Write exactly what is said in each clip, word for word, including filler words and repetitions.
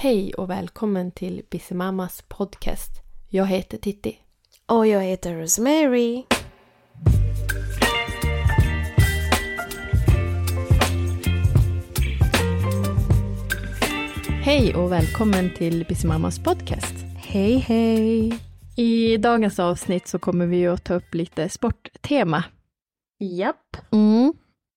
Hej och välkommen till Bissemammas podcast. Jag heter Titti. Och jag heter Rosemary. Hej och välkommen till Bissemammas podcast. Hej hej. I dagens avsnitt så kommer vi att ta upp lite sporttema. Japp. Mm.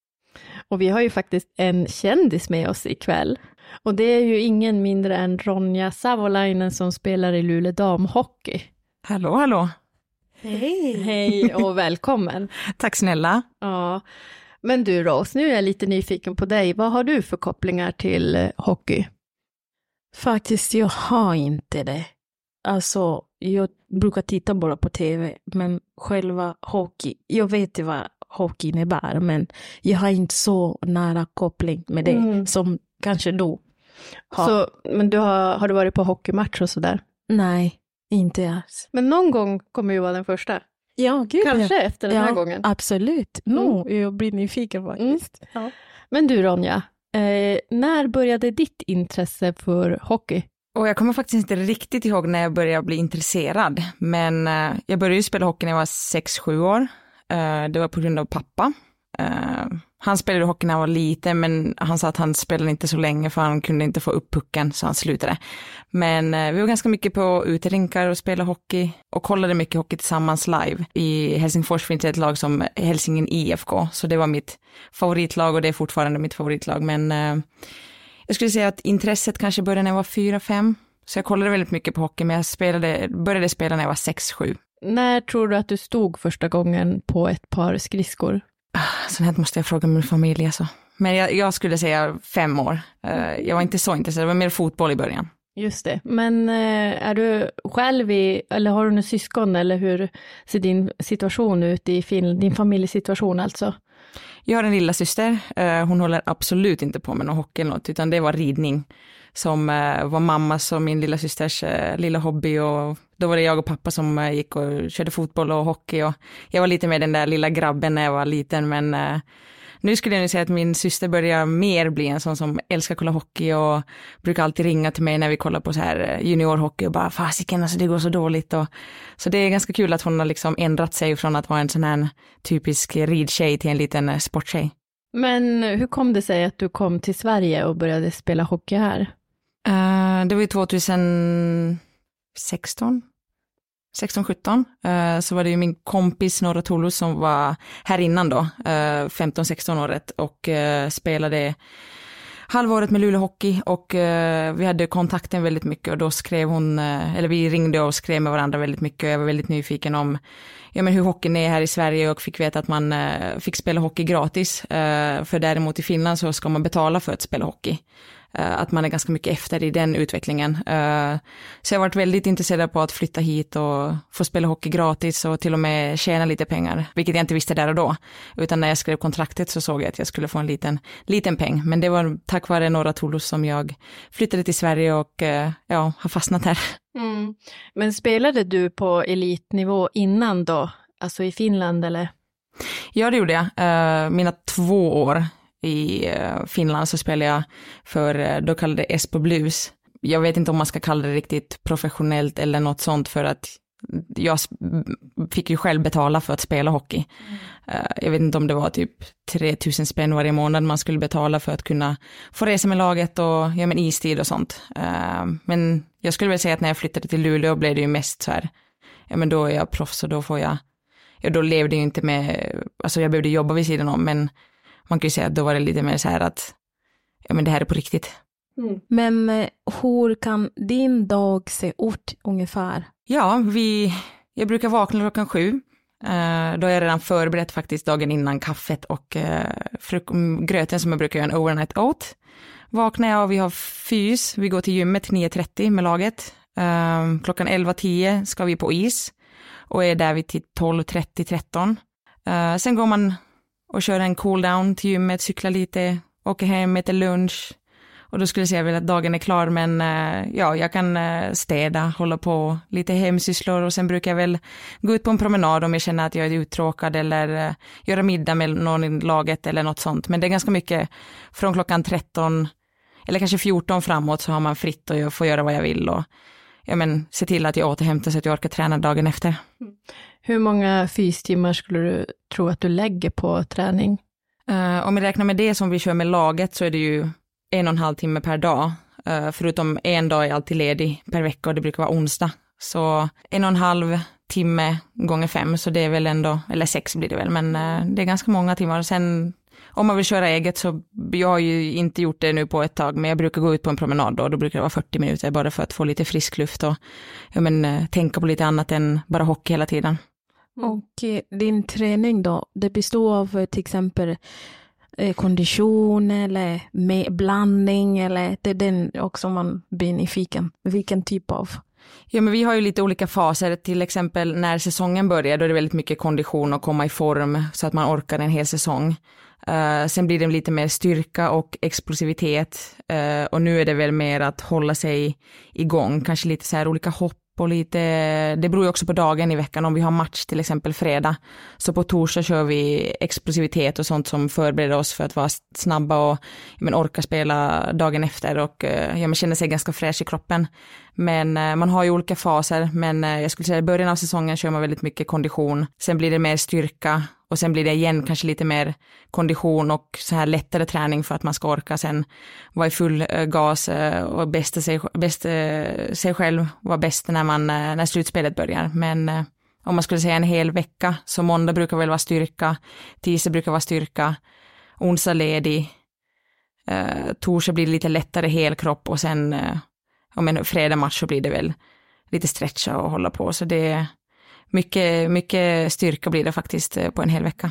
Och vi har ju faktiskt en kändis med oss ikväll. Och det är ju ingen mindre än Ronja Savolainen som spelar i Luleå damhockey. Hallå, hallå. Hej. Hej och välkommen. Tack snälla. Ja. Men du Ros, nu är jag lite nyfiken på dig. Vad har du för kopplingar till eh, hockey? Faktiskt, jag har inte det. Alltså, jag brukar titta bara på tv, men själva hockey, jag vet inte vad hockey innebär, men jag har inte så nära koppling med det mm. som kanske du har. Så, men du har, har du varit på hockeymatch och sådär? Nej, inte alls. Men någon gång kommer ju vara den första. Ja, gud. Kanske efter den ja, här gången. Absolut. Mm. No, jag blir nyfiken faktiskt. Mm. Ja. Men du Ronja, eh, när började ditt intresse för hockey? Och jag kommer faktiskt inte riktigt ihåg när jag började bli intresserad. Men eh, jag började ju spela hockey när jag var sex sju år. Eh, det var på grund av pappa. Eh, han spelade hockey när han var liten, men han sa att han spelade inte så länge för han kunde inte få upp pucken så han slutade. Men eh, vi var ganska mycket på uterinkar och spelade hockey och kollade mycket hockey tillsammans live. I Helsingfors finns det ett lag som Helsingin I F K, så det var mitt favoritlag och det är fortfarande mitt favoritlag. Men eh, jag skulle säga att intresset kanske började när jag var fyra fem, så jag kollade väldigt mycket på hockey, men jag spelade, började spela när jag var sex sju. När tror du att du stod första gången på ett par skridskor? Så här måste jag fråga min familj alltså. Men jag, jag skulle säga fem år. Jag var inte så intresserad, det var mer fotboll i början. Just det. Men är du själv i, eller har du några syskon, eller hur ser din situation ut i Finland, din familjesituation alltså? Jag har en lilla syster. Hon håller absolut inte på med någon hockey eller något, utan det var ridning som var mammas och min lilla systers lilla hobby, och då var det jag och pappa som gick och körde fotboll och hockey, och jag var lite med den där lilla grabben när jag var liten, men nu skulle jag nu säga att min syster börjar mer bli en sån som älskar att kolla hockey och brukar alltid ringa till mig när vi kollar på så här juniorhockey och bara fasiken, alltså det går så dåligt. Och, så det är ganska kul att hon har liksom ändrat sig från att vara en sån här typisk ridtjej till en liten sporttjej. Men hur kom det sig att du kom till Sverige och började spela hockey här? Uh, det var ju tjugohundrasexton. sexton sjutton, uh, så var det ju min kompis Norra Tolo som var här innan då, uh, femton sexton året, och uh, spelade halvåret med Luleå Hockey, och uh, vi hade kontakten väldigt mycket, och då skrev hon, uh, eller vi ringde och skrev med varandra väldigt mycket, och jag var väldigt nyfiken om ja, men hur hockeyn är här i Sverige, och fick veta att man uh, fick spela hockey gratis, uh, för däremot i Finland så ska man betala för att spela hockey. Att man är ganska mycket efter i den utvecklingen. Så jag har varit väldigt intresserad på att flytta hit och få spela hockey gratis och till och med tjäna lite pengar, vilket jag inte visste där och då. Utan när jag skrev kontraktet så såg jag att jag skulle få en liten, liten peng. Men det var tack vare Norra Toulouse som jag flyttade till Sverige och ja, har fastnat här. Mm. Men spelade du på elitnivå innan då? Alltså i Finland eller? Ja, det gjorde jag. Mina två år i Finland så spelade jag för, då kallade det Espo Blues. Jag vet inte om man ska kalla det riktigt professionellt eller något sånt, för att jag fick ju själv betala för att spela hockey. Mm. Jag vet inte om det var typ tre tusen spänn varje månad man skulle betala för att kunna få resa med laget och ja, men istid och sånt. Men jag skulle väl säga att när jag flyttade till Luleå blev det ju mest så här, ja men då är jag proffs och då får jag, ja då levde jag inte med, alltså jag behövde jobba vid sidan om, men man kan ju säga att då var det lite mer så här att ja, men det här är på riktigt. Mm. Men hur kan din dag se ut ungefär? Ja, vi, jag brukar vakna klockan sju. Uh, då är jag redan förberett faktiskt dagen innan kaffet och uh, fruk- gröten som jag brukar göra en overnight oat. Vaknar jag och vi har fys. Vi går till gymmet nio trettio med laget. Uh, klockan elva tio ska vi på is och är där vid till tolv trettio tretton. Uh, sen går man och kör en cool down till gymmet, cyklar lite, åker hem, äter lunch. Och då skulle jag säga väl att dagen är klar, men uh, ja, jag kan uh, städa, hålla på lite hemsysslor, och sen brukar jag väl gå ut på en promenad om jag känner att jag är uttråkad, eller uh, göra middag med någon i laget eller något sånt. Men det är ganska mycket från klockan tretton, eller kanske fjorton framåt så har man fritt och jag får göra vad jag vill och ja, men, se till att jag återhämtar så att jag orkar träna dagen efter. Hur många fystimmar skulle du tro att du lägger på träning? Uh, om vi räknar med det som vi kör med laget så är det ju en och en halv timme per dag. Uh, förutom en dag är jag alltid ledig per vecka och det brukar vara onsdag. Så en och en halv timme gånger fem, så det är väl ändå, eller sex blir det väl, men uh, det är ganska många timmar. Sen om man vill köra eget så, jag har ju inte gjort det nu på ett tag, men jag brukar gå ut på en promenad då, och då brukar det vara fyrtio minuter bara för att få lite frisk luft och ja, men, uh, tänka på lite annat än bara hockey hela tiden. Mm. Och eh, din träning då, det består av eh, till exempel eh, kondition eller med blandning, eller det är den också man blir nyfiken. Vilken typ av? Ja, men vi har ju lite olika faser, till exempel när säsongen börjar då är det väldigt mycket kondition och komma i form så att man orkar en hel säsong. Uh, sen blir det lite mer styrka och explosivitet uh, och nu är det väl mer att hålla sig igång, kanske lite så här olika hopp och lite, det beror ju också på dagen i veckan, om vi har match till exempel fredag, så på torsdag kör vi explosivitet och sånt som förbereder oss för att vara snabba och men, orka spela dagen efter och ja, man känner sig ganska fräsch i kroppen. Men man har ju olika faser, men jag skulle säga i början av säsongen kör man väldigt mycket kondition, sen blir det mer styrka och sen blir det igen kanske lite mer kondition och så här lättare träning för att man ska orka sen vara i full gas och bästa sig, bästa sig själv, vara bäst när, man, när slutspelet börjar. Men om man skulle säga en hel vecka, så måndag brukar väl vara styrka, tisdag brukar vara styrka, onsdag ledig, eh, torsdag blir det lite lättare helkropp och sen eh, om en fredag match så blir det väl lite stretcha och hålla på. Så det är mycket, mycket styrka blir det faktiskt på en hel vecka.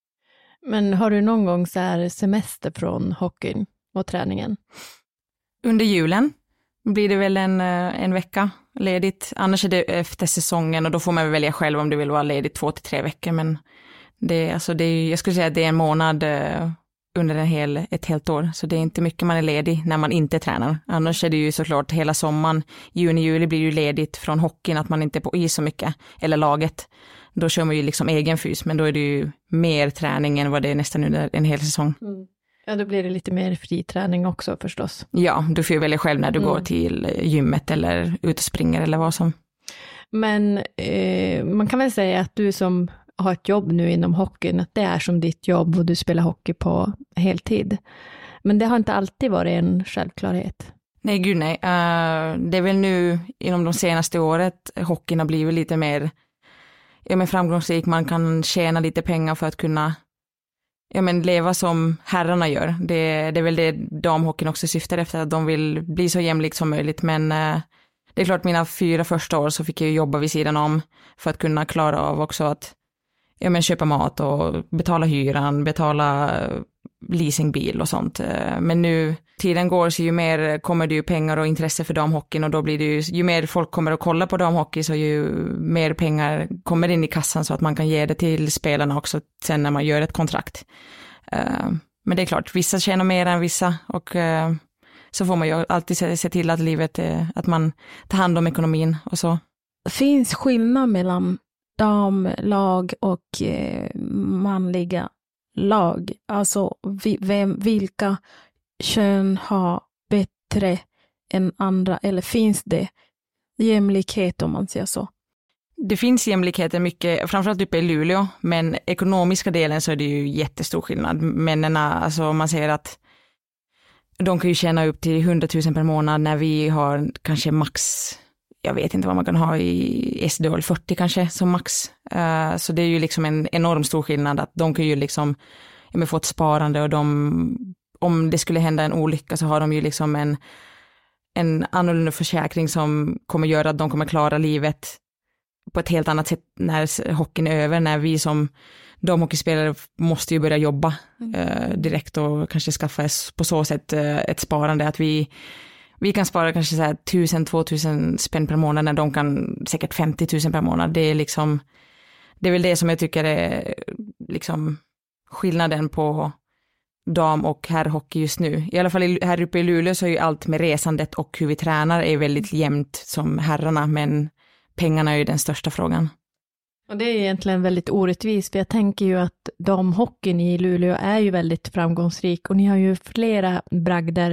Men har du någon gång så här semester från hockeyn och träningen? Under julen blir det väl en, en vecka ledigt. Annars är det efter säsongen och då får man välja själv om du vill vara ledig två till tre veckor. Men det, alltså det är, jag skulle säga att det är en månad under en hel, ett helt år. Så det är inte mycket man är ledig när man inte tränar. Annars är det ju såklart hela sommaren. Juni, juli blir ju ledigt från hockeyn, att man inte är på is så mycket. Eller laget. Då kör man ju liksom egen fys, men då är det ju mer träning än vad det är nästan under en hel säsong. Mm. Ja, då blir det lite mer fri träning också förstås. Ja, du får ju välja själv när du mm. går till gymmet eller ut och springer eller vad som. Men eh, man kan väl säga att du som har ett jobb nu inom hockeyn, att det är som ditt jobb och du spelar hockey på heltid. Men det har inte alltid varit en självklarhet. Nej, gud nej. Uh, det är väl nu inom de senaste året hockeyn har blivit lite mer ja, men framgångsrik. Man kan tjäna lite pengar för att kunna ja, men leva som herrarna gör. Det, det är väl det damhockeyn också syftar efter, att de vill bli så jämlikt som möjligt. Men uh, det är klart, mina fyra första år så fick jag jobba vid sidan om för att kunna klara av också att ja, men köpa mat och betala hyran, betala leasingbil och sånt. Men nu, tiden går, så ju mer kommer det ju pengar och intresse för damhockeyn, och då blir det ju, ju mer folk kommer att kolla på damhockey, så ju mer pengar kommer in i kassan så att man kan ge det till spelarna också sen när man gör ett kontrakt. Men det är klart, vissa tjänar mer än vissa, och så får man ju alltid se, se till att livet, att man tar hand om ekonomin och så. Finns skillnad mellan damlag och eh, manliga lag? Alltså vi, vem, vilka kön har bättre än andra, eller finns det jämlikhet om man säger så? Det finns jämlikheter mycket, framförallt uppe i Luleå, men ekonomiska delen så är det ju jättestor skillnad. Männena, alltså om man säger att de kan ju tjäna upp till hundratusen per månad, när vi har kanske max, jag vet inte vad man kan ha i S D H L, fyrtio kanske som max. Uh, så det är ju liksom en enorm stor skillnad, att de kan ju liksom ja, få ett sparande, och de, om det skulle hända en olycka så har de ju liksom en, en annorlunda försäkring som kommer göra att de kommer klara livet på ett helt annat sätt när hockeyn är över, när vi som damhockeyspelare måste ju börja jobba uh, direkt och kanske skaffa på så sätt uh, ett sparande, att vi Vi kan spara kanske så här tusen, tvåtusen spänn per månad, när de kan säkert femtio tusen per månad. Det är liksom, det är väl det som jag tycker är liksom skillnaden på dam- och herrhockey just nu. I alla fall här uppe i Luleå så är ju allt med resandet och hur vi tränar är väldigt jämnt som herrarna, men pengarna är ju den största frågan. Och det är egentligen väldigt orättvist, för jag tänker ju att damhockeyn i Luleå är ju väldigt framgångsrik, och ni har ju flera bragder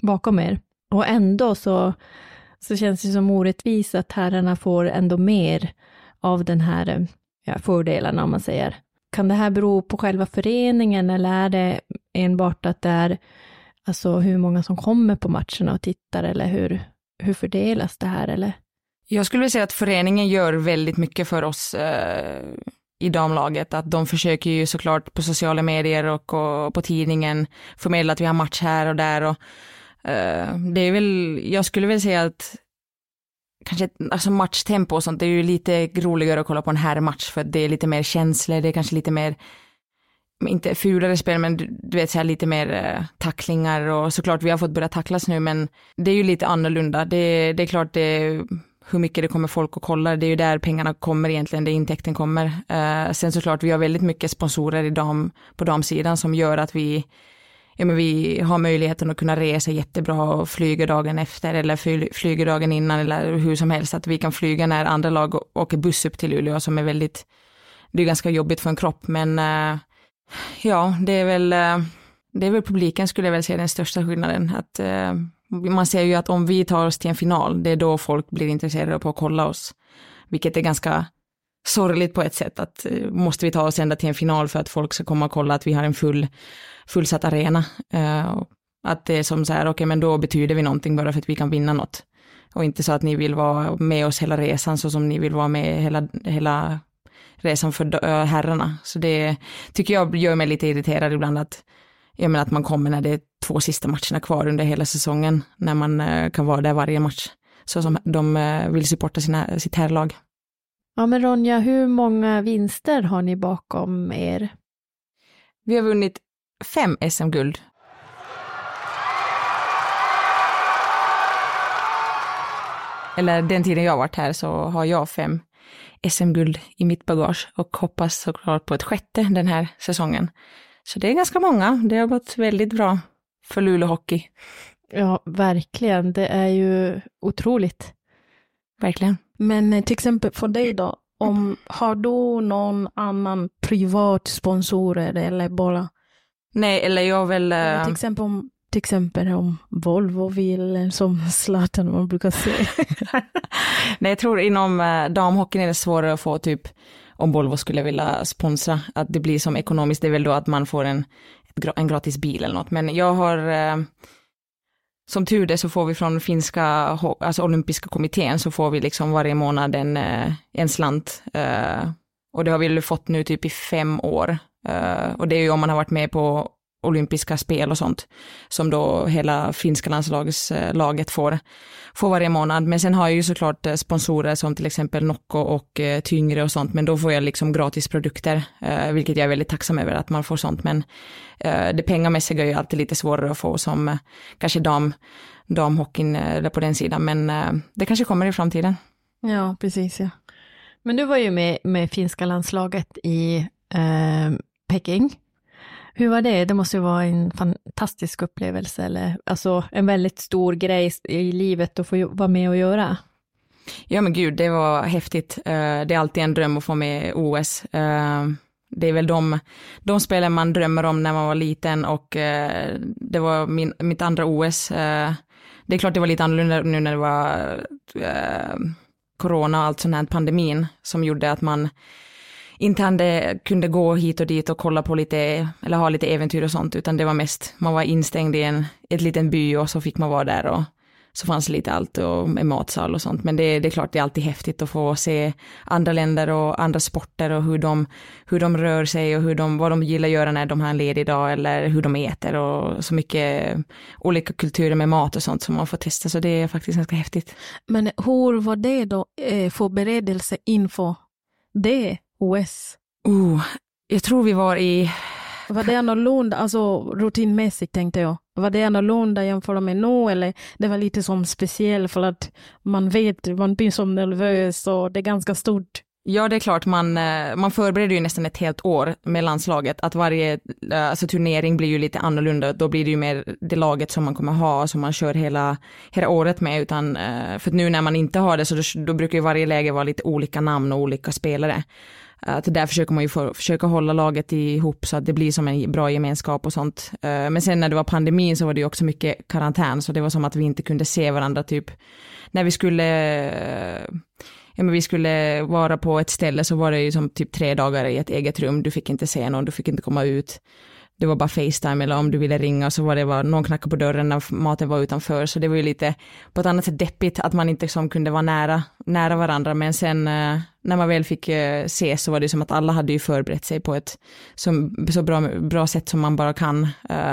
bakom er. Och ändå så, så känns det som orättvist att herrarna får ändå mer av den här ja, fördelarna om man säger. Kan det här bero på själva föreningen eller är det enbart att det är alltså hur många som kommer på matcherna och tittar eller hur, hur fördelas det här eller? Jag skulle vilja säga att föreningen gör väldigt mycket för oss eh, i damlaget. Att de försöker ju såklart på sociala medier och, och på tidningen förmedla att vi har match här och där. Och, eh, det är väl, jag skulle väl säga att kanske alltså matchtempo och sånt, det är ju lite roligare att kolla på en här match för att det är lite mer känslor, det är kanske lite mer inte fulare spel, men du, du vet så här lite mer eh, tacklingar och såklart vi har fått börja tacklas nu, men det är ju lite annorlunda. Det, det är klart det, hur mycket det kommer folk att kolla, det är ju där pengarna kommer egentligen, där intäkten kommer. Eh, sen såklart vi har väldigt mycket sponsorer i dam, på damsidan som gör att vi, ja, men vi har möjligheten att kunna resa jättebra och flyga dagen efter eller fly, flyga dagen innan eller hur som helst, att vi kan flyga när andra lag åker buss upp till Luleå som är väldigt, det är ganska jobbigt för en kropp, men eh, ja, det är väl det är väl publiken skulle jag väl säga den största skillnaden. Att, eh, man ser ju att om vi tar oss till en final, det är då folk blir intresserade på att kolla oss. Vilket är ganska sorgligt på ett sätt. Att eh, måste vi ta oss ända till en final för att folk ska komma och kolla att vi har en full, fullsatt arena. Eh, att det är som så här, okej okay, men då betyder vi någonting bara för att vi kan vinna något. Och inte så att ni vill vara med oss hela resan så som ni vill vara med hela, hela resan för herrarna. Så det tycker jag gör mig lite irriterad ibland att, jag menar att man kommer när det är två sista matcherna kvar under hela säsongen, när man uh, kan vara där varje match. Så som de uh, vill supporta sina, sitt herrlag. Ja men Ronja, hur många vinster har ni bakom er? Vi har vunnit fem S M-guld. Eller den tiden jag har varit här så har jag fem S M-guld i mitt bagage och hoppas såklart på ett sjätte den här säsongen. Så det är ganska många. Det har gått väldigt bra för Luleå Hockey. Ja, verkligen. Det är ju otroligt. Verkligen. Men till exempel för dig då, om, har du någon annan privat sponsorer eller bara? Nej, eller jag väl... Eller till exempel om Till exempel om Volvo vill, som Zlatan man brukar säga. Nej, jag tror inom eh, damhockeyn är det svårare att få typ, om Volvo skulle vilja sponsra, att det blir som ekonomiskt, det är väl då att man får en, en gratis bil eller något. Men jag har, eh, som tur det så får vi från finska, alltså olympiska kommittén så får vi liksom varje månad en, eh, en slant. Eh, och det har vi fått nu typ i fem år. Eh, och det är ju om man har varit med på olympiska spel och sånt som då hela finska landslagslaget får, får varje månad. Men sen har jag ju såklart sponsorer som till exempel Nocco och eh, Tyngre och sånt, men då får jag liksom gratis produkter, eh, vilket jag är väldigt tacksam över att man får sånt. Men eh, det pengamässiga är ju alltid lite svårare att få som eh, kanske dam, damhockeyn eller på den sidan, men eh, det kanske kommer i framtiden. Ja, precis, ja. Men du var ju med, med finska landslaget i eh, Peking. Hur var det? Det måste ju vara en fantastisk upplevelse, eller alltså en väldigt stor grej i livet att få vara med och göra. Ja men gud, det var häftigt. Det är alltid en dröm att få med O S. Det är väl de, de spelen man drömmer om när man var liten, och det var min, mitt andra O S. Det är klart det var lite annorlunda nu när det var corona och allt sånt här, pandemin, som gjorde att man inte hade, kunde gå hit och dit och kolla på lite, eller ha lite äventyr och sånt, utan det var mest, man var instängd i en ett liten by och så fick man vara där och så fanns det lite allt och med matsal och sånt. Men det, det är klart det är alltid häftigt att få se andra länder och andra sporter och hur de, hur de rör sig och hur de, vad de gillar göra när de har en ledig dag eller hur de äter, och så mycket olika kulturer med mat och sånt som man får testa, så det är faktiskt ganska häftigt. Men hur var det då eh, förberedelse inför det O S? Oh, jag tror vi var i... Var det annorlunda, alltså rutinmässigt tänkte jag. Var det annorlunda jämfört med nu, eller det var lite som speciell för att man vet, man blir som nervös och det är ganska stort Ja, det är klart, man, man förbereder ju nästan ett helt år med landslaget. Att varje alltså, turnering blir ju lite annorlunda. Då blir det ju mer det laget som man kommer ha, som man kör hela, hela året med. Utan, för nu när man inte har det så då, då brukar ju varje läge vara lite olika namn och olika spelare. Att där försöker man ju för, försöka hålla laget ihop så att det blir som en bra gemenskap och sånt. Men sen när det var pandemin så var det ju också mycket karantän. Så det var som att vi inte kunde se varandra typ. När vi skulle... Ja, men vi skulle vara på ett ställe så var det ju som typ tre dagar i ett eget rum. Du fick inte se någon, du fick inte komma ut. Det var bara FaceTime eller om du ville ringa så var det bara någon knackade på dörren när maten var utanför. Så det var ju lite på ett annat sätt deppigt att man inte som kunde vara nära, nära varandra. Men sen när man väl fick se så var det som att alla hade ju förberett sig på ett så, så bra, bra sätt som man bara kan.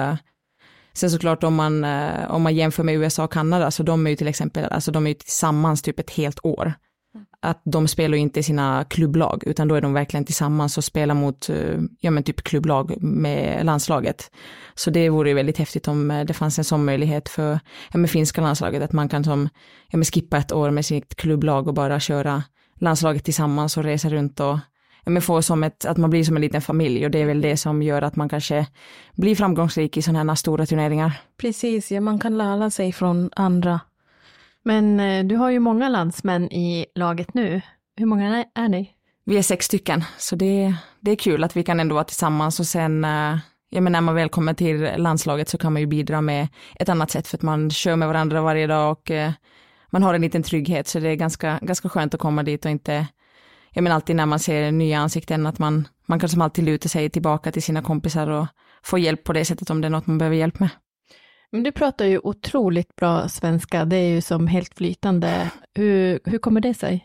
Sen såklart om man, om man jämför med U S A och Kanada så de är ju till exempel, alltså de är ju tillsammans typ ett helt år. Att de spelar ju inte i sina klubblag utan då är de verkligen tillsammans och spelar mot ja, men typ klubblag med landslaget. Så det vore ju väldigt häftigt om det fanns en sån möjlighet för ja, med finska landslaget att man kan som, ja, men skippa ett år med sitt klubblag och bara köra landslaget tillsammans och resa runt och ja, men få som ett, att man blir som en liten familj och det är väl det som gör att man kanske blir framgångsrik i sådana här stora turneringar. Precis, ja, man kan lära sig från andra. Men eh, du har ju många landsmän i laget nu. Hur många är ni? Vi är sex stycken, så det, det är kul att vi kan ändå vara tillsammans och sen eh, ja, men när man väl kommer till landslaget så kan man ju bidra med ett annat sätt för att man kör med varandra varje dag och eh, man har en liten trygghet så det är ganska, ganska skönt att komma dit och inte, jag menar alltid när man ser nya ansikten att man, man kan som alltid luta sig tillbaka till sina kompisar och få hjälp på det sättet om det är något man behöver hjälp med. Men du pratar ju otroligt bra svenska, det är ju som helt flytande. Hur, hur kommer det sig?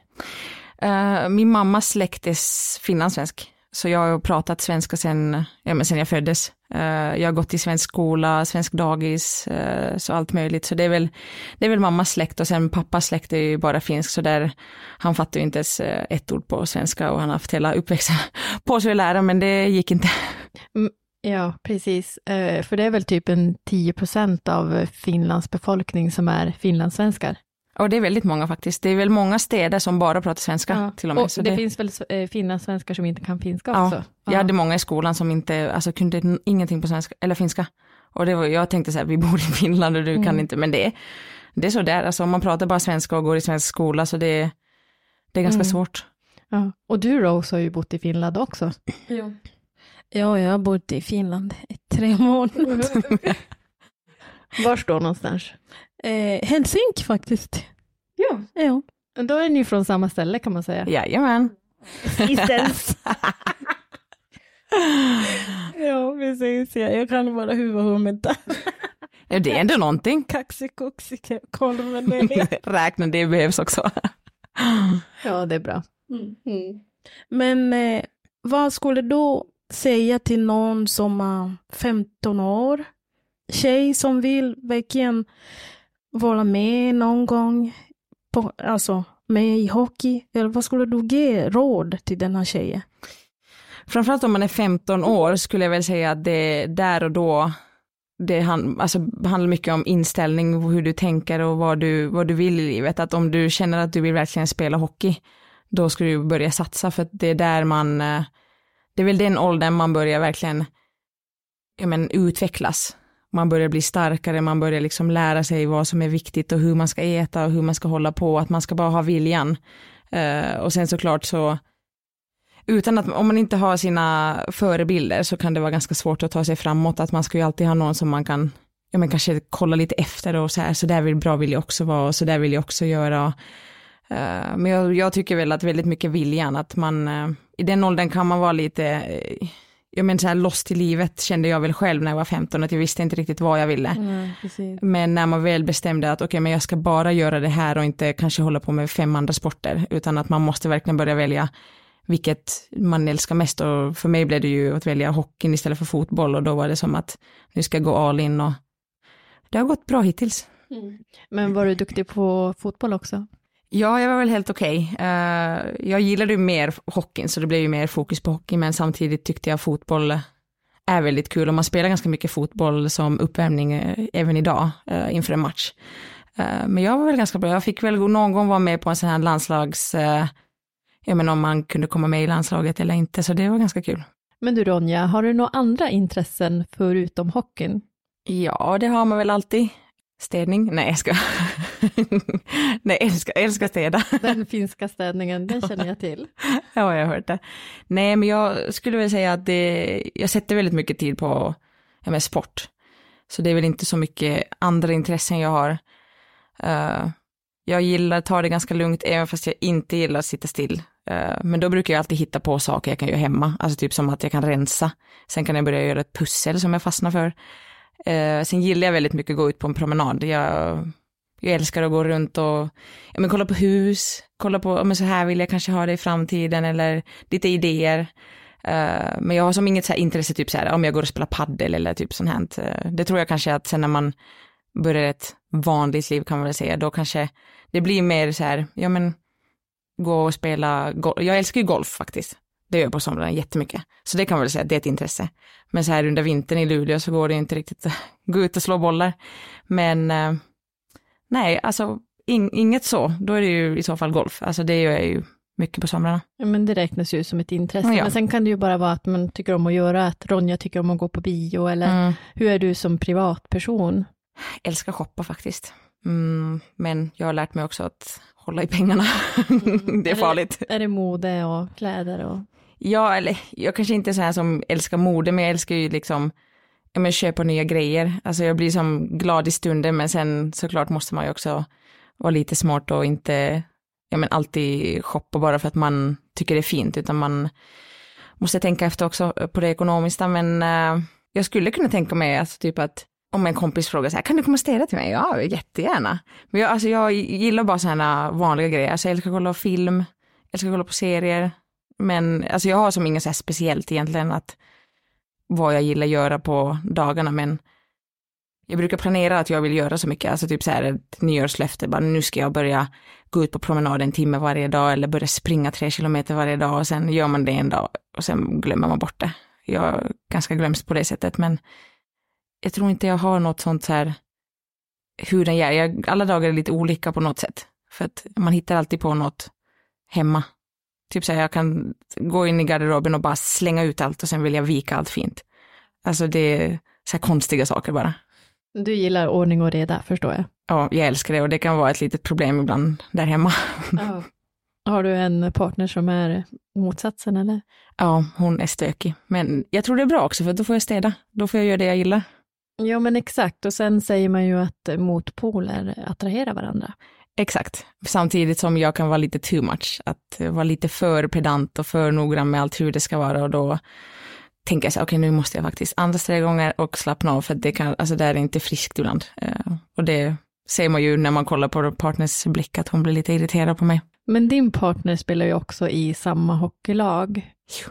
Uh, min mammas släkt är finlandssvensk, så jag har pratat svenska sen, ja, men sen jag föddes. Uh, jag har gått i svensk skola, svensk dagis, uh, så allt möjligt. Så det är väl, det är väl mammas släkt och sen pappas släkt är ju bara finsk, så där han fattar ju inte ens ett ord på svenska och han har haft hela uppväxten på sig att lära, men det gick inte. Mm. Ja, precis. För det är väl typ en tio procent av Finlands befolkning som är finlandssvenskar. Och det är väldigt många faktiskt. Det är väl många städer som bara pratar svenska ja. till och med. Och så det, det finns väl finlandssvenskar som inte kan finska ja. också? Ja, jag hade många i skolan som inte, alltså kunde ingenting på svenska, eller finska. Och det var, jag tänkte så här, vi bor i Finland och du mm. kan inte, men det, det är så där. Alltså om man pratar bara svenska och går i svensk skola så det, det är ganska mm. svårt. Ja. Och du Rose har ju bott i Finland också. Ja. Ja, jag har bott i Finland i tre månader. Var står någonstans? Eh, Helsinki faktiskt. Ja. Ja. Då är ni från samma ställe kan man säga. Jajamän. Istens. Ja, precis. Ja. Jag kan bara huvudhummet. Ja, det är ändå någonting. Kaxikoxike, kolven. Räkna, det behövs också. Ja, det är bra. Mm. Mm. Men eh, vad skulle du säga till någon som är femton år, tjej som vill verkligen vara med någon gång på, alltså med i hockey, eller vad skulle du ge råd till den här tjejen? Framförallt om man är femton år skulle jag väl säga att det där och då det hand, alltså, handlar mycket om inställning, hur du tänker och vad du, vad du vill i livet. Att om du känner att du vill verkligen spela hockey, då ska du börja satsa, för att det är där man, det är väl den åldern man börjar verkligen jag men, utvecklas. Man börjar bli starkare, man börjar liksom lära sig vad som är viktigt och hur man ska äta och hur man ska hålla på, att man ska bara ha viljan. Uh, och sen såklart så, utan att, om man inte har sina förebilder så kan det vara ganska svårt att ta sig framåt, att man ska ju alltid ha någon som man kan, ja men kanske kolla lite efter och så här, så där vill, bra vill jag också vara och så där vill jag också göra. Uh, men jag, jag tycker väl att väldigt mycket viljan, att man, uh, i den åldern kan man vara lite, uh, jag men så här lost i livet kände jag väl själv när jag var femton, att jag visste inte riktigt vad jag ville. Mm, men när man väl bestämde att okej, okay, men jag ska bara göra det här och inte kanske hålla på med fem andra sporter, utan att man måste verkligen börja välja vilket man älskar mest, och för mig blev det ju att välja hockeyn istället för fotboll, och då var det som att nu ska jag gå all in, och det har gått bra hittills. Mm. Men var du duktig på fotboll också? Ja, jag var väl helt okej. Okay. Uh, jag gillade ju mer hockeyn, så det blev ju mer fokus på hockey, men samtidigt tyckte jag fotboll är väldigt kul, och man spelar ganska mycket fotboll som uppvärmning uh, även idag uh, inför en match. Uh, men jag var väl ganska bra. Jag fick väl någon gång vara med på en sån här landslags... Uh, jag menar om man kunde komma med i landslaget eller inte, så det var ganska kul. Men du Ronja, har du några andra intressen förutom hockeyn? Ja, det har man väl alltid. Städning? Nej, jag ska. Nej, jag älskar, jag älskar städa. Den finska städningen, den känner jag till. Ja, jag har hört det. Nej, men jag skulle väl säga att det, jag sätter väldigt mycket tid på ja, med sport. Så det är väl inte så mycket andra intressen jag har. Uh, jag gillar att ta det ganska lugnt, även fast jag inte gillar att sitta still. Uh, men då brukar jag alltid hitta på saker jag kan göra hemma. Alltså typ som att jag kan rensa. Sen kan jag börja göra ett pussel som jag fastnar för. Uh, sen gillar jag väldigt mycket att gå ut på en promenad. Jag, jag älskar att gå runt och ja, men kolla på hus. Kolla på, men så här vill jag kanske ha det i framtiden. Eller lite idéer. Uh, men jag har som inget så här intresse typ så här, om jag går och spelar paddel eller typ sånt här. Uh, det tror jag kanske att sen när man börjar ett vanligt liv kan man väl säga, då kanske det blir mer så här, ja men gå och spela golf. Jag älskar ju golf faktiskt. Det gör jag på somrarna jättemycket. Så det kan man väl säga att det är ett intresse. Men så här under vintern i Luleå så går det inte riktigt att gå ut och slå bollar. Men uh, nej, alltså in, inget så. Då är det ju i så fall golf. Alltså det gör jag ju mycket på somrarna. Ja, men det räknas ju som ett intresse. Ja. Men sen kan det ju bara vara att man tycker om att göra, att Ronja tycker om att gå på bio, eller Mm. hur är du som privatperson? Älskar shoppa faktiskt. Mm, men jag har lärt mig också att hålla i pengarna. Det är farligt. Är det, är det mode och kläder? Och... Ja, eller jag kanske inte är så här som älskar mode, men jag älskar ju liksom ja, men köpa nya grejer. Alltså jag blir som glad i stunden, men sen såklart måste man ju också vara lite smart och inte ja, men alltid shoppa bara för att man tycker det är fint, utan man måste tänka efter också på det ekonomiska. Men uh, jag skulle kunna tänka mig alltså, typ att om en kompis frågar så här, kan du komma och städa till mig? Ja, jättegärna. Men jag, alltså, jag gillar bara sådana vanliga grejer. Alltså, jag älskar kolla på film, jag älskar kolla på serier. Men alltså, jag har som inget så här speciellt egentligen att vad jag gillar göra på dagarna. Men jag brukar planera att jag vill göra så mycket. Alltså typ så här ett nyårslöfte. Bara, nu ska jag börja gå ut på promenad en timme varje dag. Eller börja springa tre kilometer varje dag. Och sen gör man det en dag. Och sen glömmer man bort det. Jag är ganska glömst på det sättet. Men jag tror inte jag har något sånt så här hur den gör. Jag, alla dagar är lite olika på något sätt. För att man hittar alltid på något hemma. Typ så här, jag kan gå in i garderoben och bara slänga ut allt och sen vill jag vika allt fint. Alltså det är så här konstiga saker bara. Du gillar ordning och reda, förstår jag. Ja, jag älskar det och det kan vara ett litet problem ibland där hemma. Ja. Har du en partner som är motsatsen eller? Ja, hon är stökig. Men jag tror det är bra också för då får jag städa. Då får jag göra det jag gillar. Ja, men exakt. Och sen säger man ju att motpoler attraherar varandra. Exakt. Samtidigt som jag kan vara lite too much. Att vara lite för pedant och för noggrann med allt hur det ska vara. Och då tänker jag så här, okej okay, nu måste jag faktiskt andas tre gånger och slappna av. För det, kan, alltså det är inte friskt ibland. Uh, och det ser man ju när man kollar på partners blick att hon blir lite irriterad på mig. Men din partner spelar ju också i samma hockeylag.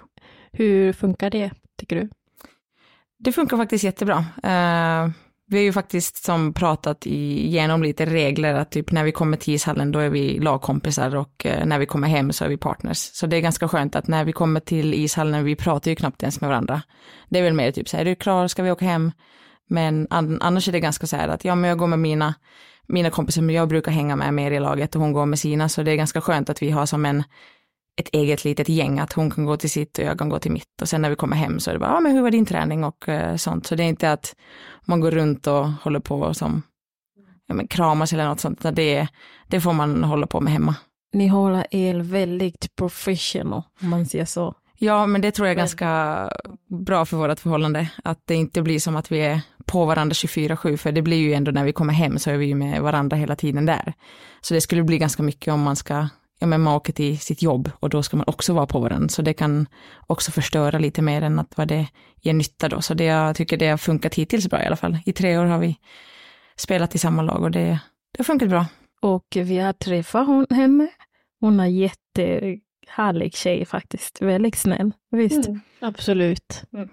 Hur funkar det, tycker du? Det funkar faktiskt jättebra. Uh, vi har ju faktiskt som pratat igenom lite regler att typ när vi kommer till ishallen då är vi lagkompisar och uh, när vi kommer hem så är vi partners. Så det är ganska skönt att när vi kommer till ishallen, vi pratar ju knappt ens med varandra. Det är väl mer typ så här, är du klar, ska vi åka hem? Men an- annars är det ganska så här att ja, men jag går med mina, mina kompisar, men jag brukar hänga med mer i laget och hon går med sina. Så det är ganska skönt att vi har som en ett eget litet gäng, att hon kan gå till sitt och jag kan gå till mitt. Och sen när vi kommer hem så är det bara, ja men hur var din träning och uh, sånt. Så det är inte att man går runt och håller på som ja, men kramas eller något sånt. Det, det får man hålla på med hemma. Ni håller er väldigt professional, om man säger så. Ja, men det tror jag är ganska bra för vårt förhållande. Att det inte blir som att vi är på varandra tjugofyra sju. För det blir ju ändå när vi kommer hem så är vi ju med varandra hela tiden där. Så det skulle bli ganska mycket om man ska ja, men man åker till sitt jobb och då ska man också vara på varandra. Så det kan också förstöra lite mer än att vad det ger nytta då. Så det, jag tycker det har funkat hittills bra i alla fall. I tre år har vi spelat i samma lag och det, det har funkat bra. Och vi har träffat hon, henne. Hon är jättehärlig tjej faktiskt. Väldigt snäll, visst. Mm, absolut. Mm.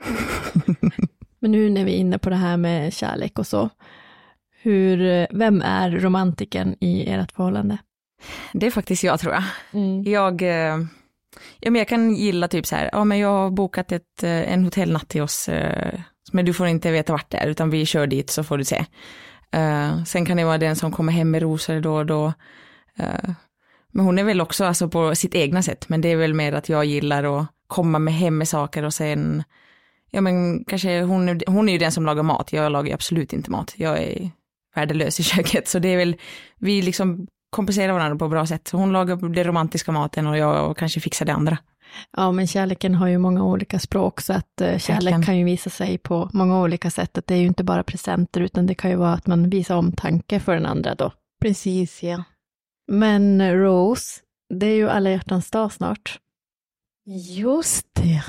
Men nu när vi är inne på det här med kärlek och så. Hur, vem är romantiken i ert förhållande? Det är faktiskt jag, tror jag. Mm. Jag, ja, men jag kan gilla typ så här, ja men jag har bokat ett, en hotellnatt till oss, men du får inte veta vart det är, utan vi kör dit så får du se. Uh, sen kan det vara den som kommer hem med rosor då och då. Uh, Men hon är väl också alltså, på sitt egna sätt. Men det är väl mer att jag gillar att komma med hem med saker och sen... Ja men kanske hon, hon är ju den som lagar mat. Jag lagar absolut inte mat. Jag är värdelös i köket. Så det är väl, vi liksom kompenserar varandra på ett bra sätt. Så hon lagar den romantiska maten och jag kanske fixar det andra. Ja, men kärleken har ju många olika språk, så att uh, kärlek kan ju visa sig på många olika sätt. Att det är ju inte bara presenter, utan det kan ju vara att man visar omtanke för den andra då. Precis, ja. Men Rose, det är ju alla hjärtans dag snart. Just det.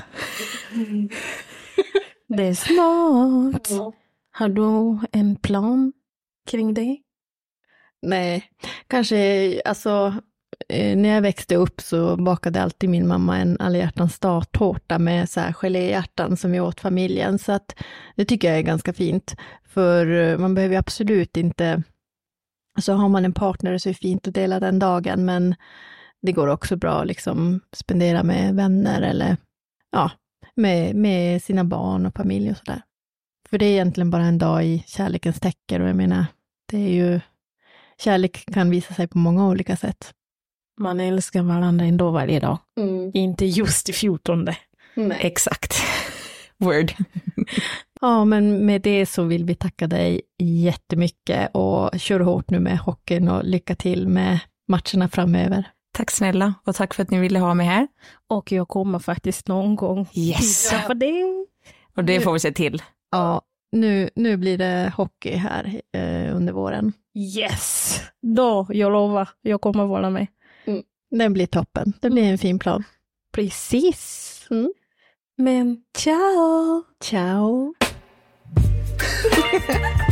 Det är snart. Har du en plan kring det? Nej, kanske, alltså eh, när jag växte upp så bakade alltid min mamma en alla hjärtans dag-tårta med så här geléhjärtan som vi åt familjen, så att det tycker jag är ganska fint, för man behöver absolut inte, så har man en partner så är det fint att dela den dagen, men det går också bra att liksom spendera med vänner eller ja, med, med sina barn och familj och sådär. För det är egentligen bara en dag i kärlekens tecken, och jag menar, det är ju, kärlek kan visa sig på många olika sätt. Man älskar varandra ändå varje dag. Mm. Inte just i fjortonde. Nej. Exakt. Word. Ja, men med det så vill vi tacka dig jättemycket och kör hårt nu med hockeyn och lycka till med matcherna framöver. Tack snälla och tack för att ni ville ha mig här. Och jag kommer faktiskt någon gång. Yes. För det. Och det får vi se till. Ja, nu, nu blir det hockey här eh, under våren. Yes! Då, jag lovar, jag kommer vara med. Mm. Det blir toppen. Det blir en fin plan. Precis. Mm. Men ciao! Ciao!